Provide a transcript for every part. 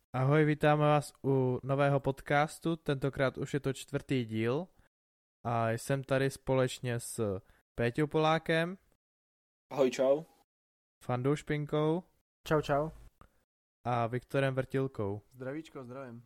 Ahoj, vítáme vás u nového podcastu, tentokrát už je to 4. díl a jsem tady společně s Péťou Polákem. Ahoj, čau. Fandou Špinkou. Čau, čau. A Viktorem Vrtilkou. Zdravíčko, zdravím.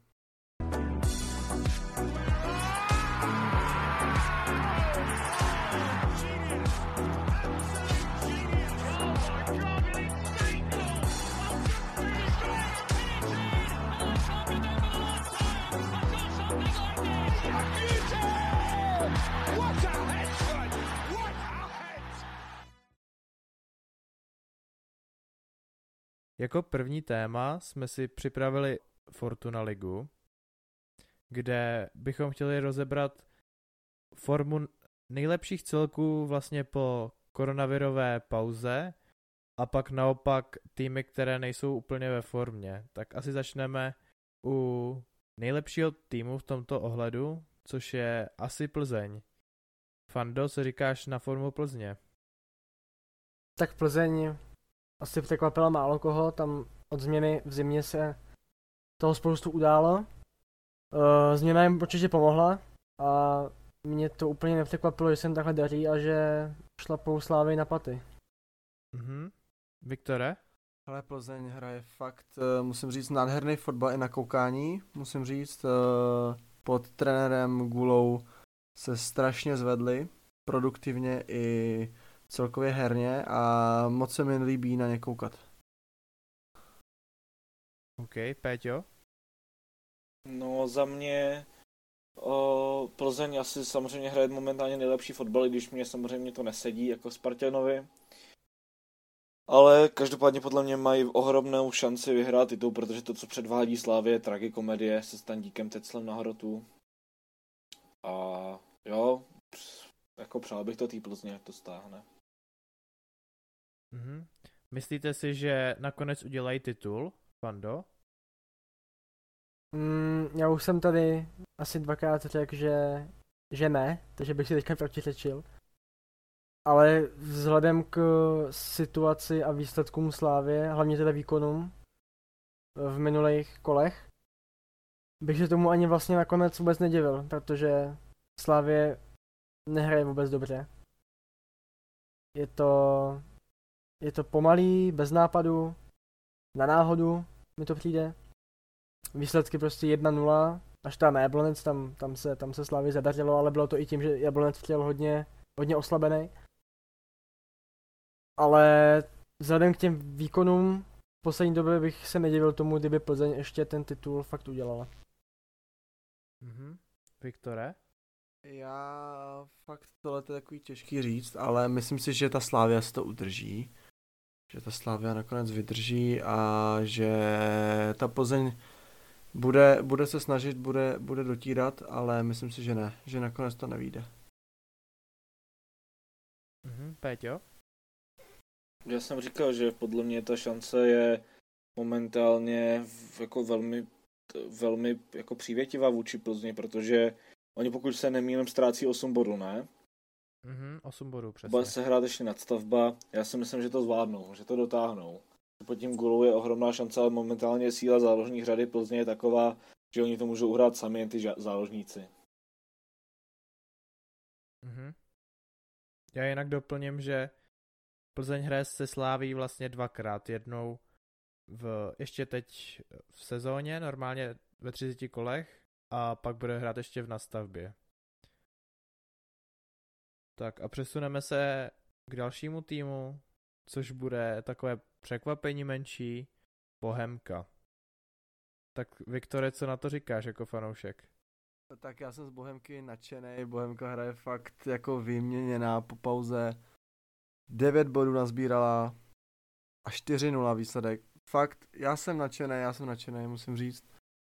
Jako první téma jsme si připravili Fortuna ligu, kde bychom chtěli rozebrat formu nejlepších celků vlastně po koronavirové pauze a pak naopak týmy, které nejsou úplně ve formě. Tak asi začneme u nejlepšího týmu v tomto ohledu, což je asi Plzeň. Fando, co říkáš na formu Plzně? Tak Plzeň asi překvapila málo koho, tam od změny v zimě se toho spoustu událo. Změna jim určitě pomohla a mě to úplně nepřekvapilo, že se jim takhle daří a že šlapou Slávy na paty. Viktore? Ale Plzeň hraje fakt, musím říct, nádherný fotbal i na koukání. Musím říct, pod trenérem Gulou se strašně zvedli, produktivně i celkově herně a moc se mi líbí na ně koukat. OK, Péťo? No za mě Plzeň asi samozřejmě hraje momentálně nejlepší fotbal, když mě samozřejmě to nesedí jako Spartanovi. Ale každopádně podle mě mají ohromnou šanci vyhrát titul, protože to, co předvádí Slavie, je tragikomedie se Standíkem Teclem na hrotu. A jo, jako přál bych to té Plzně, jak to stáhne. Myslíte si, že nakonec udělají titul, Fando? Já už jsem tady asi dvakrát řekl, že ne, takže bych si teďka protiřečil. Ale vzhledem k situaci a výsledkům Slávie, hlavně teda výkonům v minulých kolech, bych se tomu ani vlastně nakonec vůbec nedivil, protože Slávie nehraje vůbec dobře. Je to pomalý, bez nápadu, na náhodu mi to přijde. Výsledky prostě 1-0, až tam Jablonec, tam se Slávě zadařilo, ale bylo to i tím, že Jablonec přijel hodně oslabený. Ale vzhledem k těm výkonům v poslední době bych se nedivil tomu, kdyby Plzeň ještě ten titul fakt udělala. Viktore? Já fakt tohle je takový těžký říct, ale myslím si, že ta Slavia se to udrží. Že ta Slavia nakonec vydrží a že ta Plzeň bude se snažit, bude dotírat, ale myslím si, že ne, že nakonec to nevyjde. Péťo? Já jsem říkal, že podle mě ta šance je momentálně jako velmi jako přívětivá vůči Plzni, protože oni, pokud se nemýlím, ztrácí 8 bodů, ne? 8 bodů, přesně. Bude se hrát ještě nadstavba, já si myslím, že to zvládnou, že to dotáhnou. Pod tím Gulou je ohromná šance, ale momentálně síla záložních řady Plzně je taková, že oni to můžou uhrát sami jen ty záložníci. Já jinak doplním, že Plzeň hraje se Sláví vlastně dvakrát. Jednou ještě teď v sezóně, normálně ve 30 kolech, a pak bude hrát ještě v nastavbě. Tak a přesuneme se k dalšímu týmu, což bude takové překvapení menší, Bohemka. Tak Viktore, co na to říkáš jako fanoušek? Tak já jsem z Bohemky nadšenej, Bohemka hraje fakt jako vyměněná po pauze. 9 bodů nazbírala a 4-0 výsledek. Fakt, já jsem nadšenej, musím říct.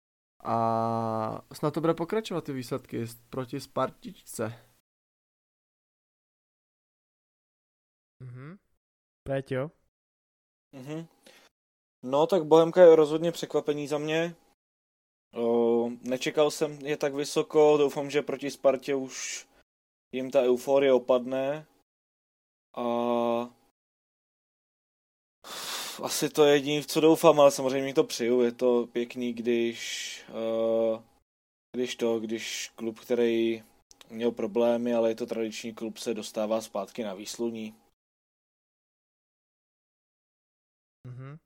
A snad to bude pokračovat ty výsledky proti Spartičce. Péťo? No tak Bohemka je rozhodně překvapení za mě. Nečekal jsem je tak vysoko, doufám, že proti Spartě už jim ta euforie opadne. A Asi to je jediný, v co doufám, ale samozřejmě mi to přeju. Je to pěkný, když klub, který měl problémy, ale je to tradiční klub, se dostává zpátky na výsluní. Mhm.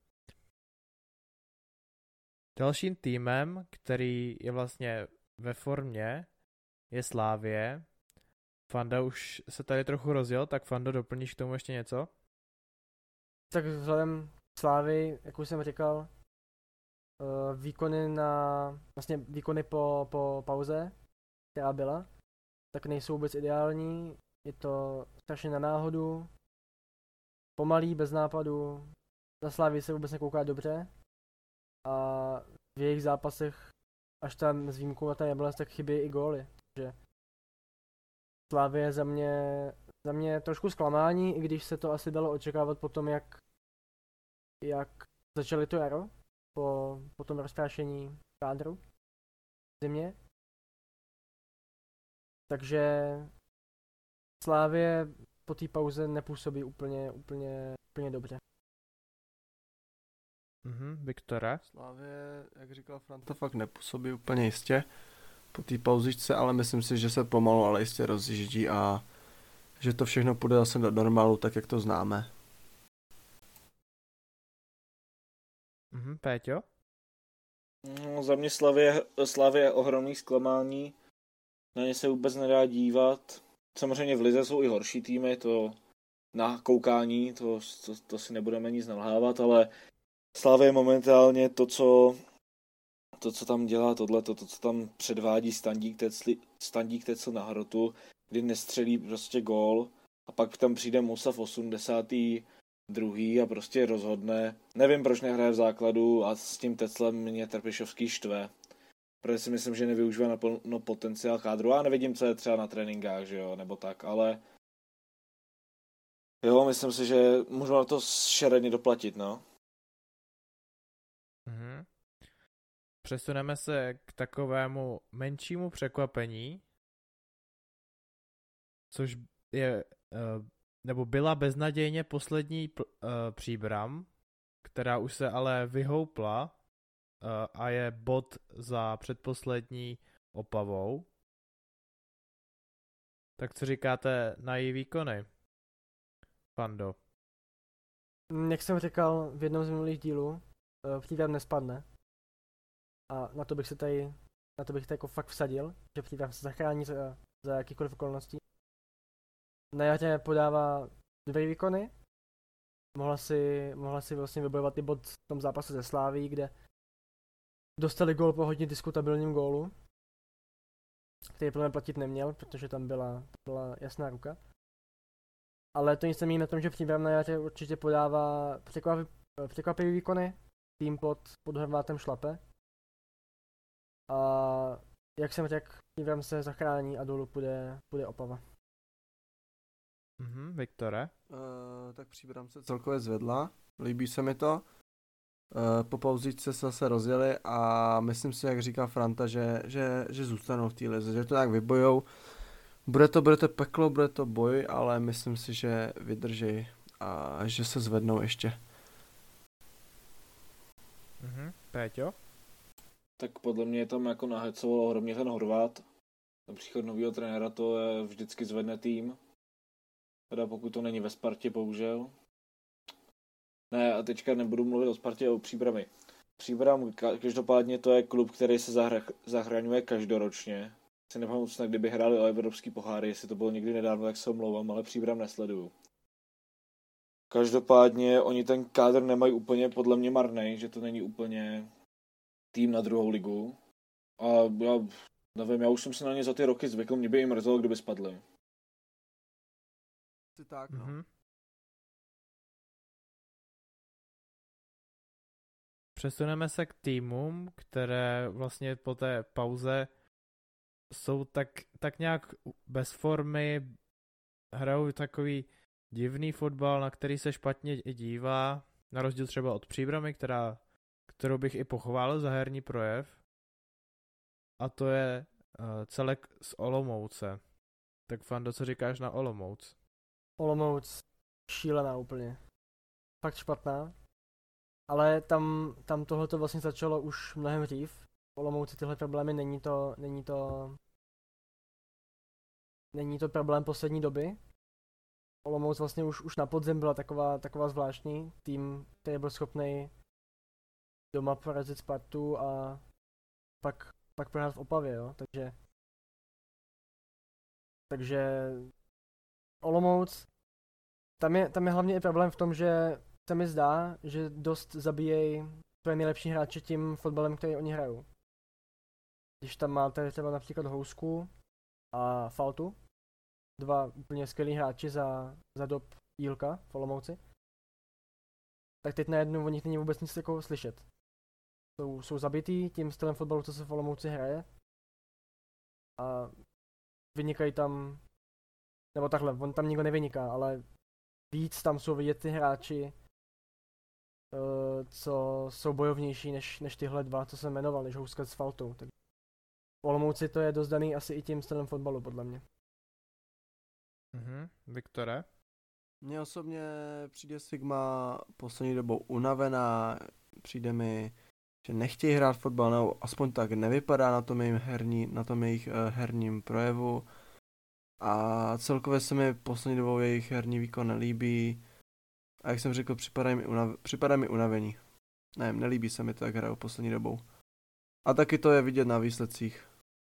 Dalším týmem, který je vlastně ve formě, je Slavie. Fanda už se tady trochu rozjel, tak Fando, doplníš k tomu ještě něco? Tak vzhledem k Slávy, jak už jsem říkal, výkony po pauze, která byla, tak nejsou vůbec ideální. Je to strašně na náhodu, pomalý, bez nápadu, na Slávy se vůbec nekouká dobře a v jejich zápasech, až tam s výjimkou na ten Jablonec, tak chybí i góly. Takže Slavie je za mě trošku zklamání, i když se to asi dalo očekávat po tom, jak začali to jaro, po tom rozprášení kádru v zimě. Takže Slavie po té pauze nepůsobí úplně dobře. Viktore? Slavie, jak říkal Franta, fakt nepůsobí úplně jistě po té pauzičce, ale myslím si, že se pomalu, ale jistě rozjíždí a že to všechno půjde zase do normálu, tak jak to známe. Péťo? No, za mě Slavie je ohromný zklamání. Na ně se vůbec nedá dívat. Samozřejmě v lize jsou i horší týmy, to na koukání, to si nebudeme nic nalhávat, ale Slavie momentálně to, co tam dělá to, co tam předvádí Standík Tecl na hrotu, kdy nestřelí prostě gól a pak tam přijde Musa v 82. a prostě rozhodne. Nevím, proč nehraje v základu a s tím Teclem mě Trpišovský štve. Protože si myslím, že nevyužívá naplno potenciál kádru. Já nevidím, co je třeba na tréninkách, že jo, nebo tak, ale jo, myslím si, že můžu na to šeredně doplatit, no. Přesuneme se k takovému menšímu překvapení, což je, nebo byla beznadějně poslední Příbram, která už se ale vyhoupla a je bod za předposlední Opavou. Tak co říkáte na její výkony, Fando? Jak jsem říkal v jednom z minulých dílů, Příbram nespadne. A na to bych tady jako fakt vsadil, že Příbram se zachrání za jakýkoliv okolností. Na jaře podává dobré výkony. Mohla si vlastně vybojovat i bod v tom zápase ze Sláví, kde dostali gól po hodně diskutabilním gólu, který pro mě platit neměl, protože tam byla jasná ruka. Ale to nic nemění na tom, že Příbram na jaře určitě podává překvapivé výkony. Tým pod Horvátem šlape. A jak jsem řekl, Příbram se zachrání a dolů půjde Opava. Viktore? Tak Příbram se celkově zvedla, líbí se mi to. Po pauzičce se zase rozjeli a myslím si, jak říká Franta, že zůstanou v té lize, že to nějak vybojou. Bude to peklo, bude to boj, ale myslím si, že vydrží a že se zvednou ještě. Péťo? Tak podle mě tam jako nahecoval ohromně ten Horvát. Na příchod nového trenéra to je vždycky zvedne tým. Teda pokud to není ve Spartě, bohužel. Ne, a teďka nebudu mluvit o Spartě, o Příbrami. Příbram, každopádně to je klub, který se zachraňuje každoročně. Si nepamatuji snad, kdyby hráli o evropský poháry, jestli to bylo někdy nedávno, tak se omlouvám, ale Příbram nesleduju. Každopádně oni ten kádr nemají úplně podle mě marnej, že to není úplně tým na druhou ligu. A já nevím, já už jsem se na ně za ty roky zvykl, mě by jim mrzelo, kdyby spadli. Tak, no. Přesuneme se k týmům, které vlastně po té pauze jsou tak nějak bez formy, hrajou takový divný fotbal, na který se špatně dívá, na rozdíl třeba od Příbramy, kterou bych i pochválil za herní projev. A to je Celek z Olomouce. Tak Fando, co říkáš na Olomouc? Olomouc šílená úplně. Fakt špatná. ale tam tohleto vlastně začalo už mnohem dřív. V Olomouci tyhle problémy není to problém poslední doby. Olomouc vlastně už na podzim byla taková zvláštní tým, který byl schopný doma porazit Spartu a pak prohrát v Opavě, jo, takže Olomouc, tam je hlavně i problém v tom, že se mi zdá, že dost zabíjejí své nejlepší hráče tím fotbalem, který oni hrajou. Když tam máte třeba například Housku a Faltu, dva úplně skvělí hráči za dob Jílka v Olomouci, tak teď najednou o nich není vůbec nic takového slyšet. Jsou zabitý tím stylem fotbalu, co se v Olomouci hraje a vynikají tam, nebo takhle, on tam nikdo nevyniká, ale víc tam jsou vidět ty hráči, co jsou bojovnější než tyhle dva, co jsem jmenoval, než Houska s Faltou. Tak v Olomouci to je dost daný asi i tím stylem fotbalu, podle mě. Viktore? Mně osobně přijde Sigma poslední dobou unavená, přijde mi, že nechtějí hrát fotbal, nebo aspoň tak nevypadá na tom jejich herním projevu. A celkově se mi poslední dobou jejich herní výkon nelíbí. A jak jsem řekl, připadá mi unavení. Nelíbí se mi to, jak hrajou poslední dobou. A taky to je vidět na výsledcích.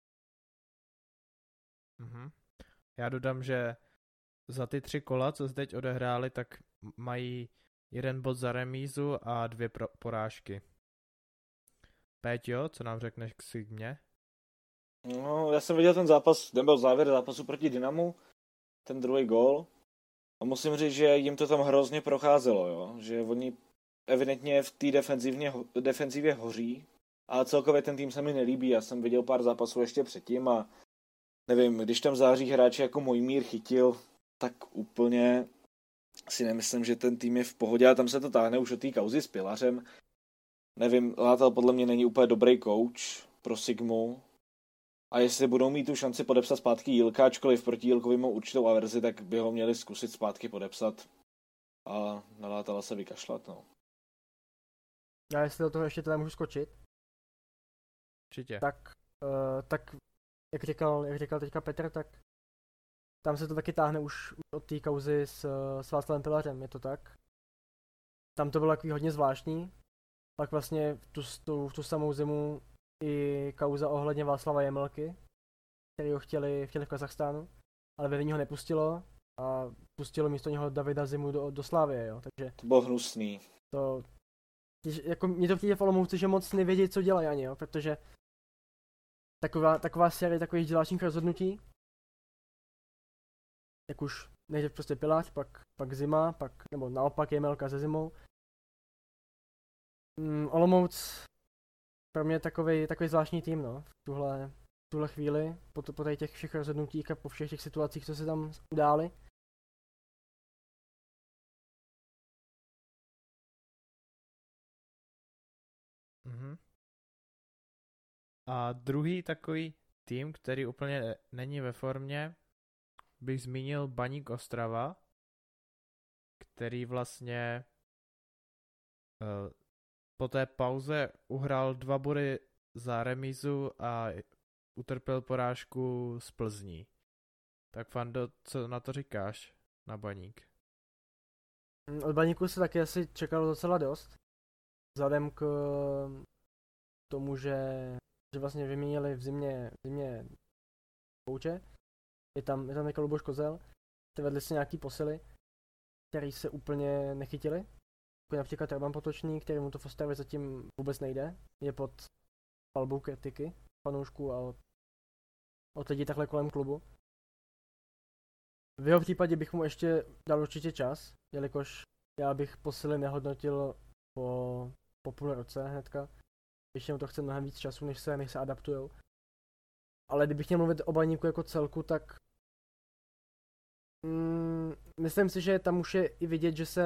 Já dodám, že za ty 3 kola, co se teď odehráli, tak mají 1 bod za remízu a 2 porážky. Péťo, co nám řekneš k Sigmě? No, já jsem viděl ten zápas, nebo závěr zápasu proti Dynamu, ten druhý gól. A musím říct, že jim to tam hrozně procházelo, jo? Že oni evidentně v té defenzivě hoří. A celkově ten tým se mi nelíbí, já jsem viděl pár zápasů ještě předtím a nevím, když tam září hráči jako Mojmír Chytil, tak úplně si nemyslím, že ten tým je v pohodě, a tam se to táhne už od té kauzy s Pilařem. Nevím, Látal podle mě není úplně dobrý coach pro Sigmu. A jestli budou mít tu šanci podepsat zpátky Jílka, ačkoliv proti Jílkovi má určitou averzi, tak by ho měli zkusit zpátky podepsat a na Látala se vykašlat, no. Já jestli do toho ještě teda můžu skočit. Určitě. Tak jak říkal teďka Petr, tak tam se to taky táhne už od té kauzy s Václavem Pilařem, je to tak. Tam to bylo takový hodně zvláštní. Pak vlastně v tu samou zimu i kauza ohledně Václava Jemelky, který ho chtěli v Kazachstánu, ale Verín ho nepustilo a pustilo místo něho Davida Zimu do Slávie, jo, takže... To bylo hnusný. Jako mě to přijde v Olomouci, že moc nevědí, co dělají ani, jo, protože taková série takových děláčních rozhodnutí, jak už nejdřív prostě Pilář, pak Zima, nebo naopak Jemelka se Zimou. Olomouc pro mě takový zvláštní tým, no, v tuhle chvíli, po těch všech rozhodnutích a po všech těch situacích, co se tam udály. A druhý takový tým, který úplně není ve formě, bych zmínil Baník Ostrava, který vlastně po té pauze uhrál 2 body za remízu a utrpěl porážku z Plzní. Tak Fando, co na to říkáš, na Baník? Od Baníku se taky asi čekalo docela dost. Vzhledem k tomu, že vlastně vyměnili v zimě kouče. Je tam jako Luboš Kozel. Vedli se nějaký posily, který se úplně nechytili. Jako například Roman Potočný, kterému to v Ostravě zatím vůbec nejde. Je pod palbou kritiky fanoušků a od lidí takhle kolem klubu. V jeho případě bych mu ještě dal určitě čas, jelikož já bych posily nehodnotil po půl roce hnedka. Ještě mu to chce mnohem víc času, než se adaptujou. Ale kdybych měl mluvit o Baníku jako celku, tak myslím si, že tam už je i vidět, že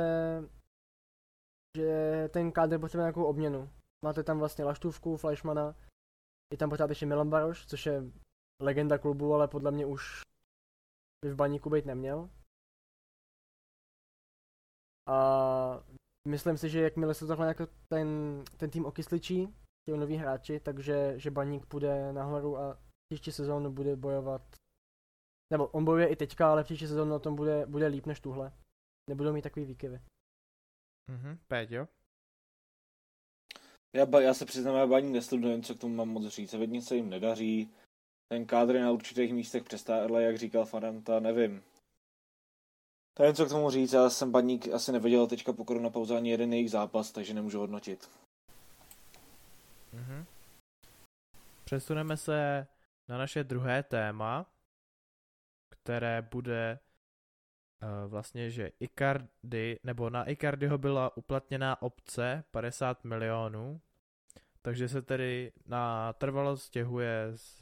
ten kádr potřebuje nějakou obměnu. Máte tam vlastně Laštůvku, Fleischmana, je tam pořád ještě Milan Baroš, což je legenda klubu, ale podle mě už by v Baníku být neměl. A myslím si, že jakmile se tohle jako ten tým okysličí, ty noví hráči, takže že Baník půjde nahoru a příští sezónu bude bojovat. Nebo on bojuje i teďka, ale příští sezónu na tom bude líp než tuhle. Nebudou mít takový výkyvy. Péťo? Já se přiznám, já Baník nesleduji, co k tomu mám moc říct. Vidně se jim nedaří. Ten kádr je na určitých místech přestárlej, jak říkal Faranta, nevím. To je co k tomu říct, já jsem Baník asi neviděl teďka po koronapauze ani jeden jejich zápas, takže nemůžu hodnotit. Přesuneme se na naše druhé téma, které bude vlastně, že Icardi, nebo na Icardiho byla uplatněná opce 50 milionů, takže se tedy natrvalo stěhuje z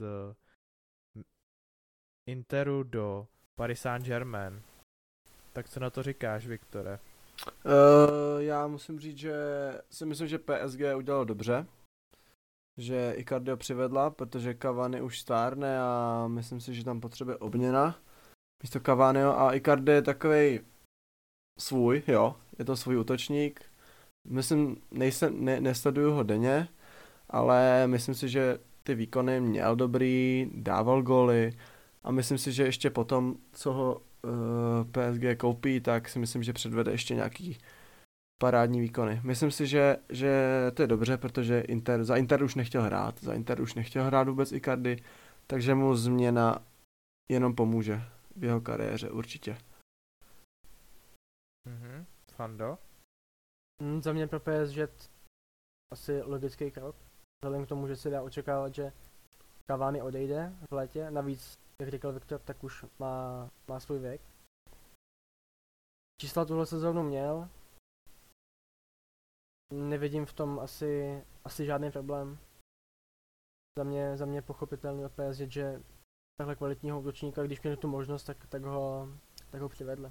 Interu do Paris Saint-Germain. Tak co na to říkáš, Viktore? Já musím říct, že si myslím, že PSG udělalo dobře, že Icardi ho přivedla, protože Cavani už stárne a myslím si, že tam potřebuje obměna místo Cavaniho a Icardi je takovej svůj, jo, je to svůj útočník. Myslím, nesleduju ho denně, ale myslím si, že ty výkony měl dobrý, dával góly a myslím si, že ještě potom, co ho PSG koupí, tak si myslím, že předvede ještě nějaký parádní výkony. Myslím si, že to je dobře, protože za Inter už nechtěl hrát vůbec Icardi, takže mu změna jenom pomůže v jeho kariéře určitě. Fando? Za mě pro PSG asi logický krok, vzhledem k tomu, že se dá očekávat, že Cavani odejde v létě, navíc, jak říkal Viktor, tak už má svůj věk. Čísla tuhle sezónu měl, nevidím v tom asi žádný problém. Za mě pochopitelný od PSG, že takhle kvalitního útočníka, když měli tu možnost, tak ho přivedli.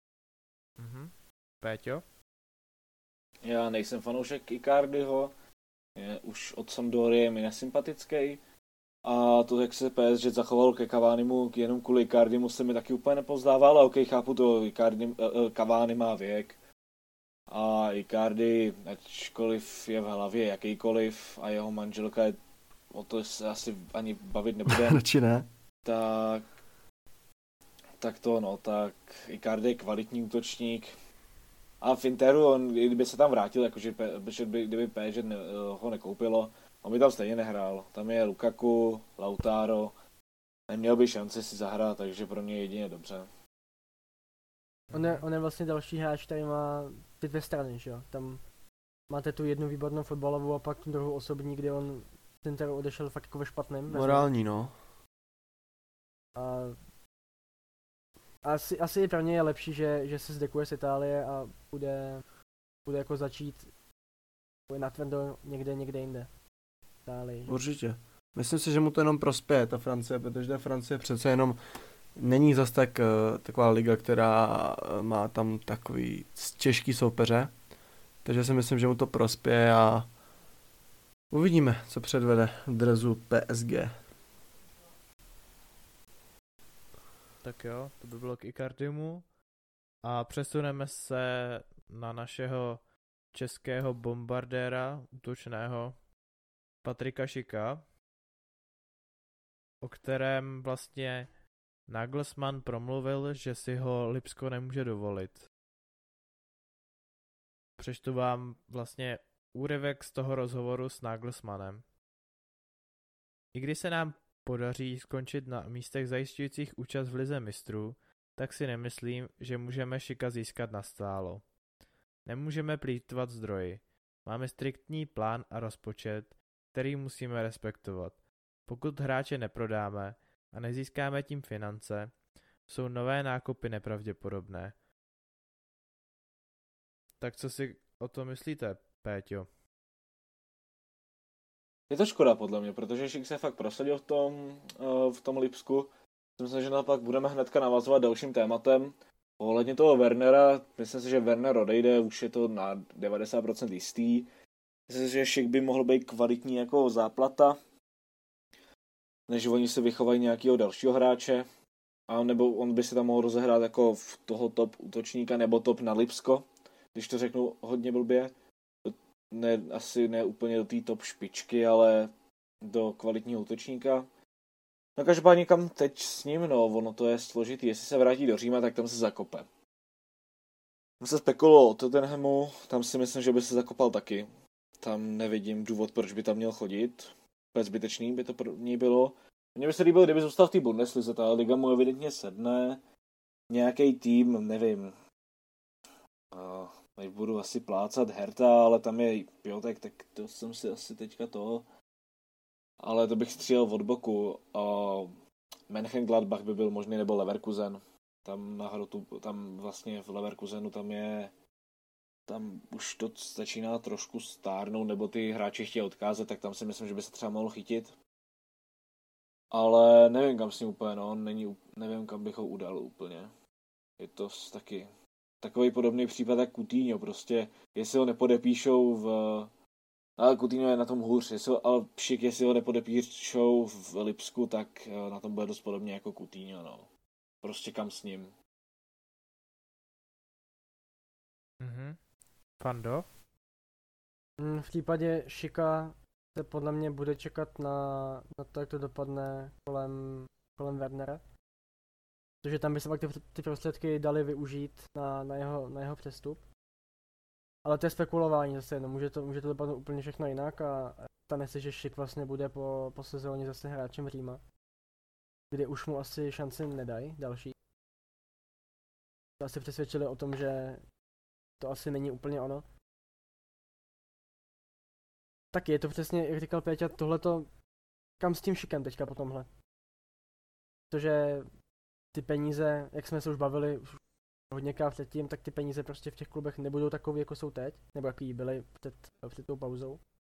Péťo? Já nejsem fanoušek Icardiho, už od Sampdorie je mi nesympatický. A to, jak se PSG zachoval ke Cavanimu, jenom kvůli Icardimu se mi taky úplně nepozdával, ale okej, chápu to, Cavani má věk. A Icardi, ačkoliv je v hlavě jakýkoliv a jeho manželka je, o to se asi ani bavit nebudeme. Radši ne. Tak Icardi je kvalitní útočník. A v Interu, kdyby se tam vrátil, jakože kdyby PSG ho nekoupilo, on by tam stejně nehrál. Tam je Lukaku, Lautaro, neměl by šanci si zahrát, takže pro mě jedině dobře. On je vlastně další hráč, který má ty dvě strany, že jo? Tam máte tu jednu výbornou fotbalovou a pak tu druhou osobní, kde on z Interu odešel fakt jako ve špatném. Morální, no. A asi pro něj je lepší, že se zdekuje z Itálie a bude jako začít natvrdo někde jinde. Itálii. Určitě. Myslím si, že mu to jenom prospěje, ta Francie, protože ta Francie přece jenom není zas taková liga, která má tam takový těžký soupeře. Takže si myslím, že mu to prospěje a uvidíme, co předvede v dresu PSG. Tak jo, to by bylo k Icardimu. A přesuneme se na našeho českého bombardéra útočného Patrika Šika, o kterém vlastně Nagelsmann promluvil, že si ho Lipsko nemůže dovolit. Přečtu vám vlastně úryvek z toho rozhovoru s Nagelsmannem. I když se nám podaří skončit na místech zajišťujících účast v lize mistrů, tak si nemyslím, že můžeme Šika získat nastálo. Nemůžeme plýtvat zdroji. Máme striktní plán a rozpočet, který musíme respektovat. Pokud hráče neprodáme a nezískáme tím finance, jsou nové nákupy nepravděpodobné. Tak co si o to myslíte, Péťo? Je to škoda podle mě, protože Šik se fakt prosadil v tom Lipsku. Myslím si, že naopak budeme hnedka navazovat dalším tématem. Ohledně toho Wernera, myslím si, že Werner odejde, už je to na 90% jistý. Myslím si, že Šik by mohl být kvalitní jako záplata, než oni se vychovají nějakého dalšího hráče. A nebo on by se tam mohl rozehrát jako v toho top útočníka nebo top na Lipsko. když to řeknu hodně blbě, asi ne úplně do té top špičky, ale do kvalitního útočníka. No každopádně kam teď s ním, no, ono to je složitý, jestli se vrátí do Říma, tak tam se zakope. Tam se spekulovalo o Tottenhamu, tam si myslím, že by se zakopal taky. Tam nevidím důvod, proč by tam měl chodit. Úplně zbytečný by to pro ní bylo. Mně by se líbilo, kdyby zůstal v té Bundeslize, ta liga mu evidentně sedne. Nějaký tým, nevím. Teď budu asi plácat Hertha, ale tam je Piotek, tak to jsem si asi teďka toho. Ale to bych střílel od boku. Mönchengladbach by byl možný, nebo Leverkusen. Tam na hrotu, tam vlastně v Leverkusenu tam už to začíná trošku stárnout, nebo ty hráči chtějí odkázat, tak tam si myslím, že by se třeba mohl chytit. Ale nevím, kam s ním úplně, no, nevím, kam bych ho udal úplně. Je to taky takový podobný případ jak Coutinho, prostě, jestli ho nepodepíšou ale Coutinho je na tom hůř, ale Šik, jestli ho nepodepíšou v Lipsku, tak na tom bude dost podobně jako Coutinho, no. Prostě kam s ním. Fando? V případě Šika se podle mě bude čekat na to, jak to dopadne kolem Wernera. Protože tam by se pak ty prostředky daly využít na jeho přestup. Ale to je spekulování zase, no, může to dopadnout úplně všechno jinak a stane se, že Šik vlastně bude po sezóně zase hráčem Říma. Kdy už mu asi šanci nedají další. Asi přesvědčili o tom, že to asi není úplně ono. Tak je to přesně, jak říkal Péťa, tohleto, kam s tím Šikem teďka po tomhle. Protože ty peníze, jak jsme se už bavili už hodněkrát předtím, tak ty peníze prostě v těch klubech nebudou takový, jako jsou teď, nebo jaký byly před tou pauzou.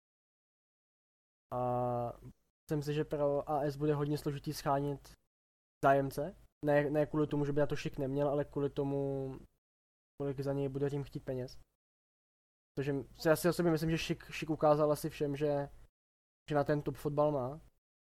A myslím si, že pro AS bude hodně složitý schánit zájemce. Ne kvůli tomu, že by na to Šik neměl, ale kvůli tomu, kolik za něj bude Řím chtít peněz. Protože já si o sobě myslím, že Šik ukázal asi všem, že na ten top fotbal má.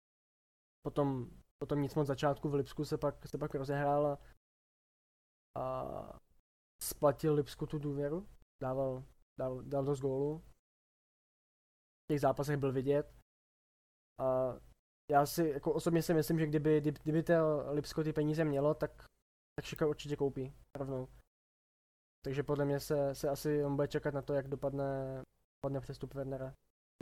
Potom nic moc začátku v Lipsku se pak rozehrál a splatil Lipsku tu důvěru. Dal dost gólů. V těch zápasech byl vidět. A já si jako osobně si myslím, že kdyby to Lipsko ty peníze mělo, tak Šika určitě koupí rovnou. Takže podle mě se asi on bude čekat na to, jak dopadne přestup Wernera.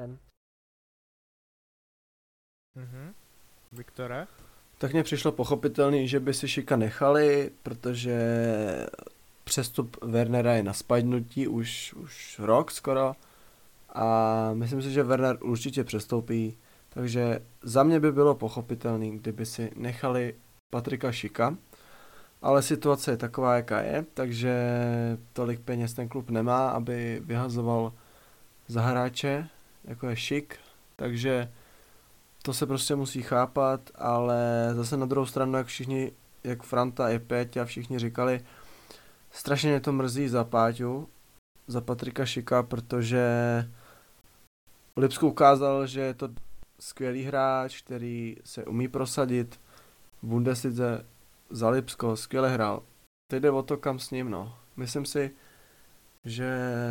Viktore? Tak mně přišlo pochopitelný, že by si Šika nechali, protože přestup Wernera je na spadnutí už rok skoro a myslím si, že Werner určitě přestoupí, takže za mě by bylo pochopitelný, kdyby si nechali Patrika Šika, ale situace je taková, jaká je, takže tolik peněz ten klub nemá, aby vyhazoval za hráče, jako je Šik, takže to se prostě musí chápat, ale zase na druhou stranu, jak Franta i Péťa všichni říkali, strašně mě to mrzí za Páťu, za Patrika Šika, protože Lipsku ukázal, že je to skvělý hráč, který se umí prosadit v Bundeslize za Lipsko, skvěle hrál. Teď jde o to, kam s ním, no. Myslím si, že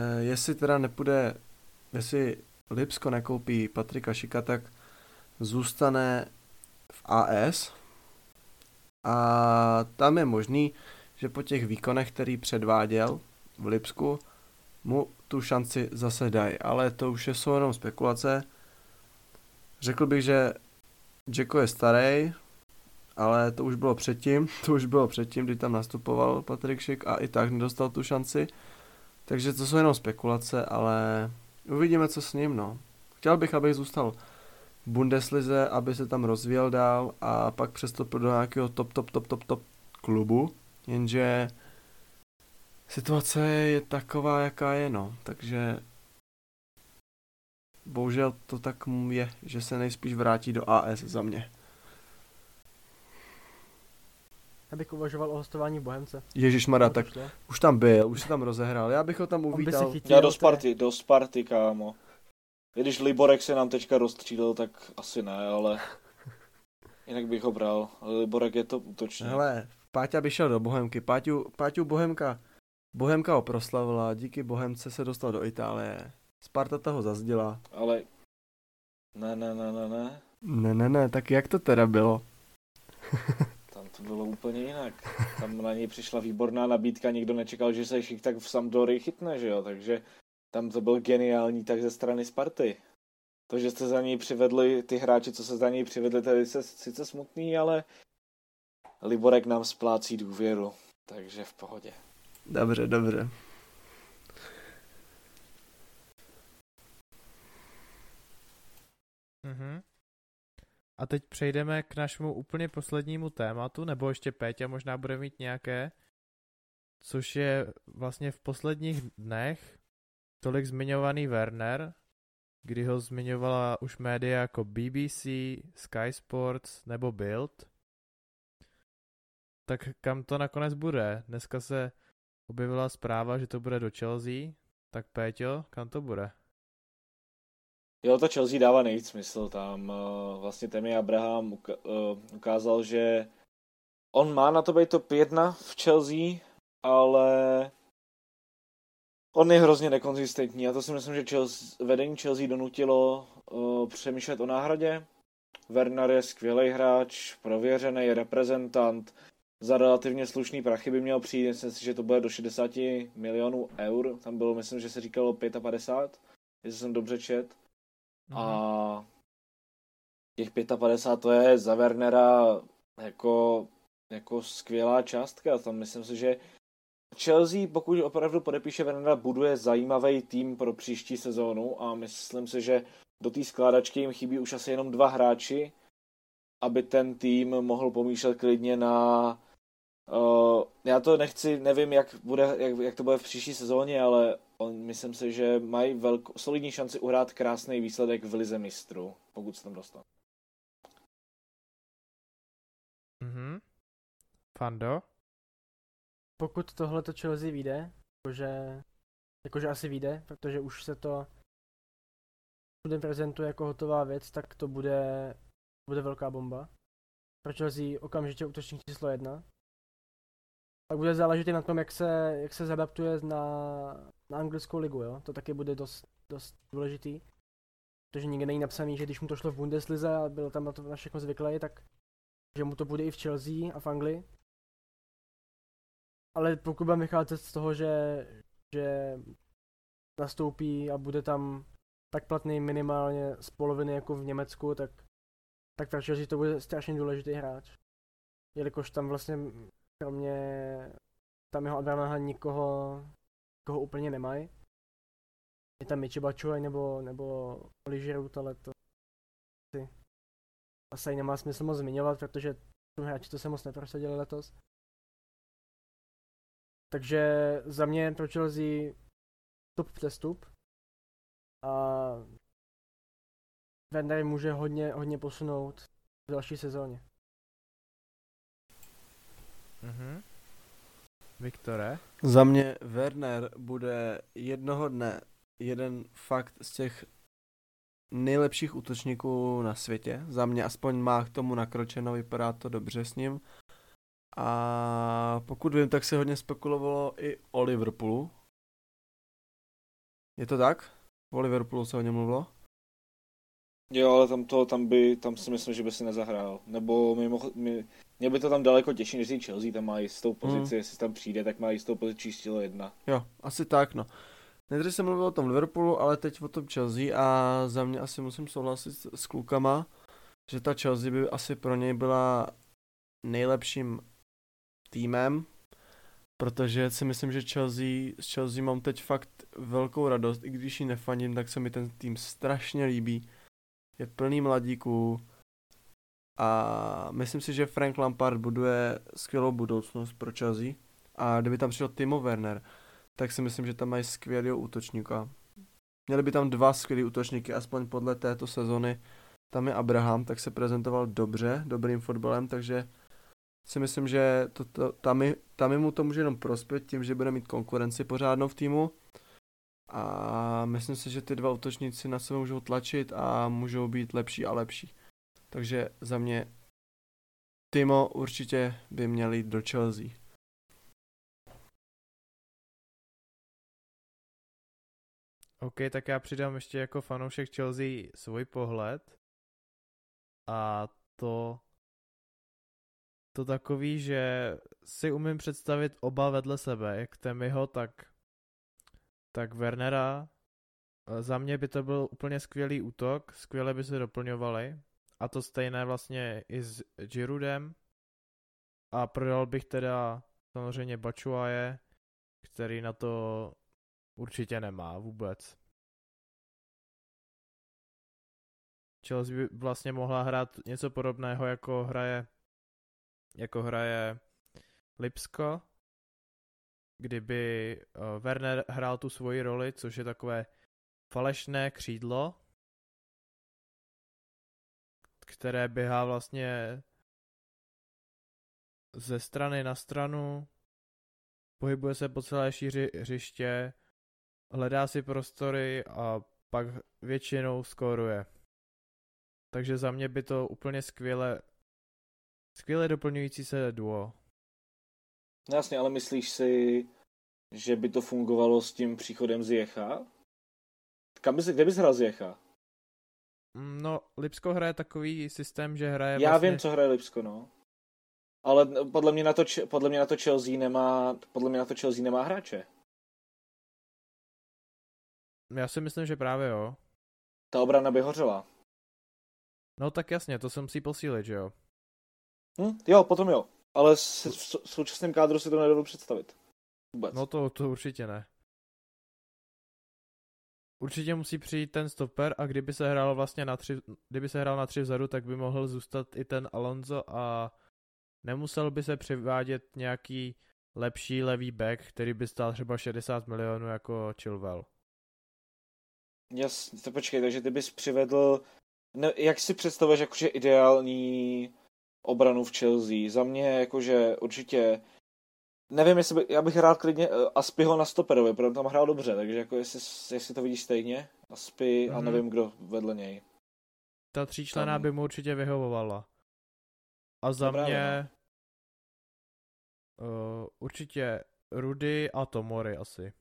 jestli Lipsko nekoupí Patrika Šika, tak zůstane v AS a tam je možný, že po těch výkonech, který předváděl v Lipsku, mu tu šanci zase dají, ale to už jsou jenom spekulace. Řekl bych, že Jacko je starý, ale to už bylo předtím, kdy tam nastupoval Patrik Šik a i tak nedostal tu šanci. Takže to jsou jenom spekulace, ale uvidíme, co s ním, no. Chtěl bych, abych zůstal v Bundeslize, aby se tam rozvíjel dál a pak přestoupil do nějakého top klubu, jenže situace je taková, jaká je, no. Takže bohužel to tak je, že se nejspíš vrátí do AS za mě. Já bych uvažoval o hostování v Bohemce. Ježišmarja, tak už tam byl, už se tam rozehrál, já bych ho tam uvítal. Já do Sparty, kámo. Když Liborek se nám teďka rozstřílel, tak asi ne, ale jinak bych ho bral. Ale Liborek je to útočný. Hele, Páťa by šel do Bohemky. Páťu Bohemka Bohemka ho proslavila, díky Bohemce se dostal do Itálie. Sparta toho zazděla. Ale ne. Ne, tak jak to teda bylo? Tam to bylo úplně jinak. Tam na něj přišla výborná nabídka, nikdo nečekal, že se jich tak v Sampdorii chytne, že jo, takže tam to byl geniální tak ze strany Sparty. To, že jste za něj přivedli, ty hráči, co se za něj přivedli, to je sice smutný, ale Liborek nám splácí důvěru, takže v pohodě. Dobře. Mhm. A teď přejdeme k našemu úplně poslednímu tématu, nebo ještě Péťa možná bude mít nějaké, což je vlastně v posledních dnech tolik zmiňovaný Werner, kdy ho zmiňovala už média jako BBC, Sky Sports nebo Bild. Tak kam to nakonec bude? Dneska se objevila zpráva, že to bude do Chelsea, tak Péťo, kam to bude? Jo, to Chelsea dává nejvíc smysl, tam vlastně Tammy Abraham ukázal, že on má na to být top 1 v Chelsea, ale on je hrozně nekonzistentní a to si myslím, že vedení Chelsea donutilo přemýšlet o náhradě. Werner je skvělý hráč, prověřený reprezentant, za relativně slušný prachy by měl přijít, myslím si, že to bude do 60 milionů eur, tam bylo, myslím, že se říkalo 55, jestli jsem dobře čet. A těch 55 to je za Wernera jako skvělá částka. Tam myslím si, že Chelsea, pokud opravdu podepíše Wernera, buduje zajímavý tým pro příští sezónu a myslím si, že do té skládačky jim chybí už asi jenom 2 hráči, aby ten tým mohl pomýšlet klidně na já to nevím, jak to bude v příští sezóně, ale myslím si, že mají solidní šanci uhrát krásný výsledek v lize mistrů, pokud se tam dostane. Mhm. Fando? Pokud tohleto Chelsea vyjde, jakože asi vyjde, protože už se to prezentuje jako hotová věc, tak to bude velká bomba. Pro Chelsea okamžitě útočník číslo 1. Pak bude záležet i na tom, jak se zadaptuje na anglickou ligu, jo? To taky bude dost důležitý. Protože nikde není napsaný, že když mu to šlo v Bundeslize a byl tam na všechno zvyklý, tak že mu to bude i v Chelsea a v Anglii. Ale pokud budeme vycházet z toho, že nastoupí a bude tam tak platný minimálně z poloviny jako v Německu, tak pro Chelsea to bude strašně důležitý hráč. Jelikož tam vlastně kromě tam jeho Abrahama nikoho úplně nemají. Je tam Michy Batshuayi nebo Oli Giroud, ale to asi nemá smysl moc zmiňovat, protože tu hráči to se moc neprosadili letos. Takže za mě pro Chelsea top přestup a Werner může hodně posunout v další sezóně. Mhm. Viktore? Za mě Werner bude jednoho dne jeden fakt z těch nejlepších útočníků na světě. Za mě aspoň má k tomu nakročeno, vypadá to dobře s ním. A pokud vím, tak se hodně spekulovalo i o Liverpoolu. Je to tak? O Liverpoolu se hodně mluvilo? Jo, ale tam si myslím, že by si nezahrál. Nebo mě by to tam daleko těžší než i Chelsea, tam má jistou pozici, jestli tam přijde, tak má jistou pozici číslo 1. Jo, asi tak, no. Nejdřív jsem mluvil o tom Liverpoolu, ale teď o tom Chelsea a za mě asi musím souhlasit s klukama, že ta Chelsea by asi pro něj byla nejlepším týmem, protože si myslím, že s Chelsea mám teď fakt velkou radost, i když ji nefandím, tak se mi ten tým strašně líbí. Je plný mladíků a myslím si, že Frank Lampard buduje skvělou budoucnost pro Chelsea a kdyby tam přišel Timo Werner, tak si myslím, že tam mají skvělého útočníka. Měli by tam 2 skvělý útočníky, aspoň podle této sezony. Tam je Abraham, tak se prezentoval dobře, dobrým fotbalem, takže si myslím, že tam mu to může jenom prospět tím, že bude mít konkurenci pořádnou v týmu. A myslím si, že ty 2 útočníci na sebe můžou tlačit a můžou být lepší a lepší. Takže za mě Timo určitě by měl jít do Chelsea. OK, tak já přidám ještě jako fanoušek Chelsea svůj pohled. A to takový, že si umím představit oba vedle sebe, jak Tammyho, tak Wernera. Za mě by to byl úplně skvělý útok, skvěle by se doplňovali. A to stejné vlastně i s Giroudem. A prodal bych teda samozřejmě Batshuaye, který na to určitě nemá vůbec. Chelsea by vlastně mohla hrát něco podobného, jako hraje Lipsko, kdyby Werner hrál tu svoji roli, což je takové falešné křídlo, které běhá vlastně ze strany na stranu, pohybuje se po celé šíři hřiště, hledá si prostory a pak většinou skóruje. Takže za mě by to úplně skvěle doplňující se duo. No jasně, ale myslíš si, že by to fungovalo s tím příchodem Ziyecha? Kde bys hrál Ziyecha? No, Lipsko hraje takový systém, že hraje Já vlastně... vím, co hraje Lipsko, no. Ale podle mě na to Chelsea nemá hráče. Já si myslím, že právě jo. Ta obrana by hořela. No tak jasně, to se musí posílit, že jo? Jo, potom jo. Ale v současném kádru si to nedovedu představit. Vůbec. No to určitě ne. Určitě musí přijít ten stoper a kdyby se hrál na 3 vzadu, tak by mohl zůstat i ten Alonso a nemusel by se přivádět nějaký lepší levý back, který by stál třeba 60 milionů jako Chilwell. Jasně, to počkej, takže ty bys přivedl... Ne, jak si představuješ jakože ideální obranu v Chelsea? Za mě jakože určitě... Nevím, já bych rád klidně Aspiho na stoperovi, protože tam hrál dobře, takže jako jestli to vidíš stejně, Aspi a nevím, kdo vedle něj. Ta tříčlenná by mu určitě vyhovovala. A za mě určitě Rudy a Tomori asi.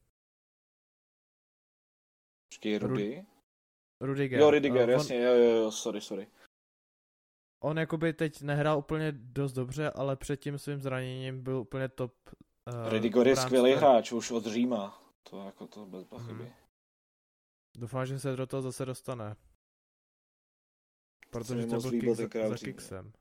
Počkej, Rudy? Rudiger. Jo, Rudiger, jasně, jo, sorry. On jakoby teď nehrál úplně dost dobře, ale před tím svým zraněním byl úplně top. Rudiger je skvělý hráč, už od Říma. To bez pochyby. Doufám, že se do toho zase dostane. Protože to byl kick za kicksem.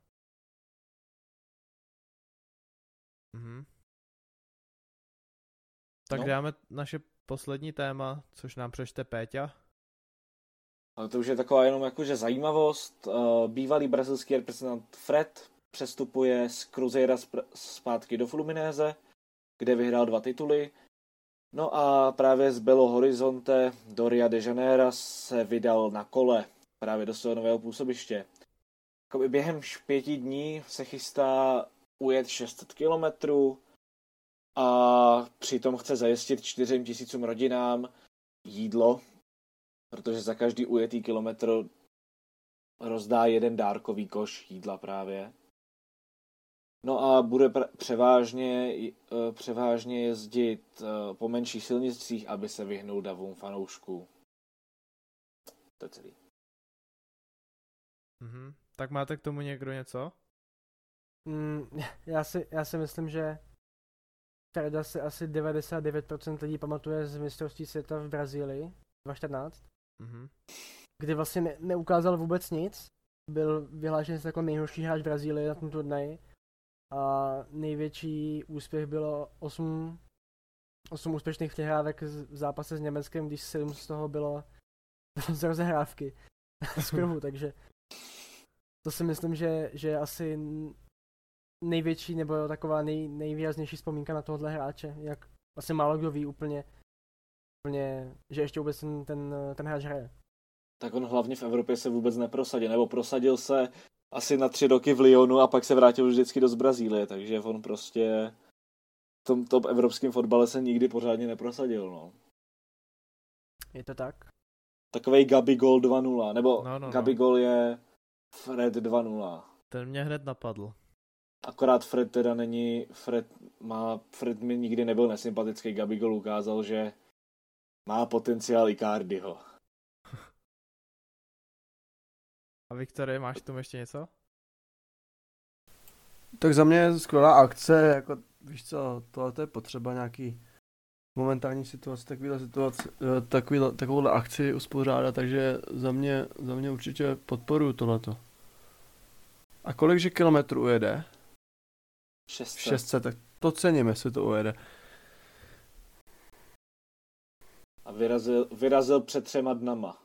Tak dáme naše poslední téma, což nám přečte Péťa. Ale to už je taková jenom jakože zajímavost. Bývalý brazilský reprezentant Fred přestupuje z Cruzeira zpátky do Fluminense, kde vyhrál 2 tituly. No a právě z Belo Horizonte do Rio de Janeiro se vydal na kole právě do svého nového působiště. Během 5 dní se chystá ujet 600 kilometrů a přitom chce zajistit 4 000 rodinám jídlo, protože za každý ujetý kilometr rozdá 1 dárkový koš jídla právě. No a bude převážně jezdit po menších silnicích, aby se vyhnul davům fanoušků. To je celý. Tak máte k tomu někdo něco? Já si myslím, že Freda si asi 99% lidí pamatuje z mistrovství světa v Brazílii 2014, kdy vlastně neukázal vůbec nic. Byl vyhlášen jako nejhorší hráč Brazílie na tom turnaji a největší úspěch bylo 8 úspěšných přihrávek v zápase s Německem, když 7 z toho bylo z rozehrávky z kruhu, takže to si myslím, že je asi největší nebo taková nejvýraznější vzpomínka na tohohle hráče, jak asi málo kdo ví úplně, že ještě vůbec ten hráč hraje. Tak on hlavně v Evropě se vůbec neprosadil, nebo prosadil se asi na 3 roky v Lyonu a pak se vrátil vždycky do Brazílie, takže on prostě v tom top evropském fotbale se nikdy pořádně neprosadil, no. Je to tak? Takovej Gabigol 2.0, nebo Gabigol je Fred 2.0. Ten mě hned napadl. Akorát Fred teda není, Fred mi nikdy nebyl nesympatický, Gabigol ukázal, že Má potenciál Icardiho. A Viktory, máš k tomu ještě něco? Tak za mě je skvělá akce, jako víš co, tohle je potřeba nějaký momentální situace, takovouhle akci uspořádat, takže za mě určitě podporuju tohleto. A kolikže kilometrů ujede? 600, tak to cením, jestli to ujede. A vyrazil před 3 dnama.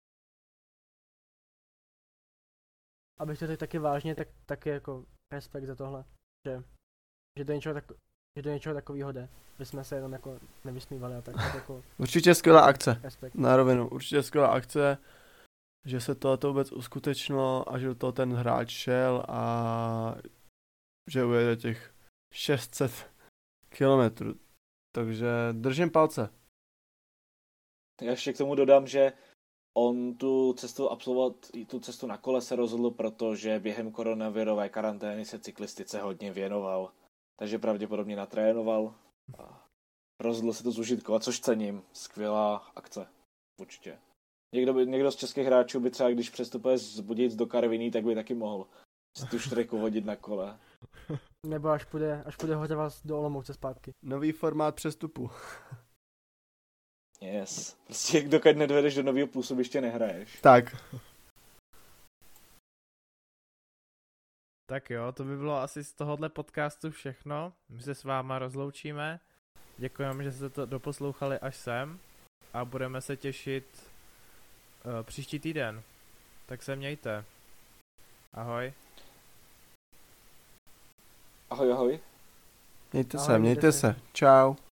Abych to teď taky vážně, tak taky jako respekt za tohle, že do něčeho takového jde. My jsme se jenom jako nevysmívali a tak jako Určitě skvělá akce, respekt. na rovinu, určitě skvělá akce, že se tohleto vůbec uskutečnilo a že do toho ten hráč šel a že ujede těch 600 kilometrů. Takže držím palce. Já ještě k tomu dodám, že on tu cestu na kole se rozhodl, protože během koronavirové karantény se cyklistice hodně věnoval. Takže pravděpodobně natrénoval a rozhodl se to zužitkovat, což cením. Skvělá akce. Určitě. Někdo z českých hráčů by třeba, když přestupuje z Budějic do Karviní, tak by taky mohl si tu štreku vodit na kole. Nebo až půjde hodně vás do Olomouce zpátky. Nový formát přestupu. Yes. Prostě dokud nedvedeš do nového působiště, nehraješ. Tak. Tak jo, to by bylo asi z tohohle podcastu všechno. My se s váma rozloučíme. Děkujeme, že jste to doposlouchali až sem. A budeme se těšit příští týden. Tak se mějte. Ahoj. Ahoj, ahoj. Mějte Ahoj, se, mějte se. Čau.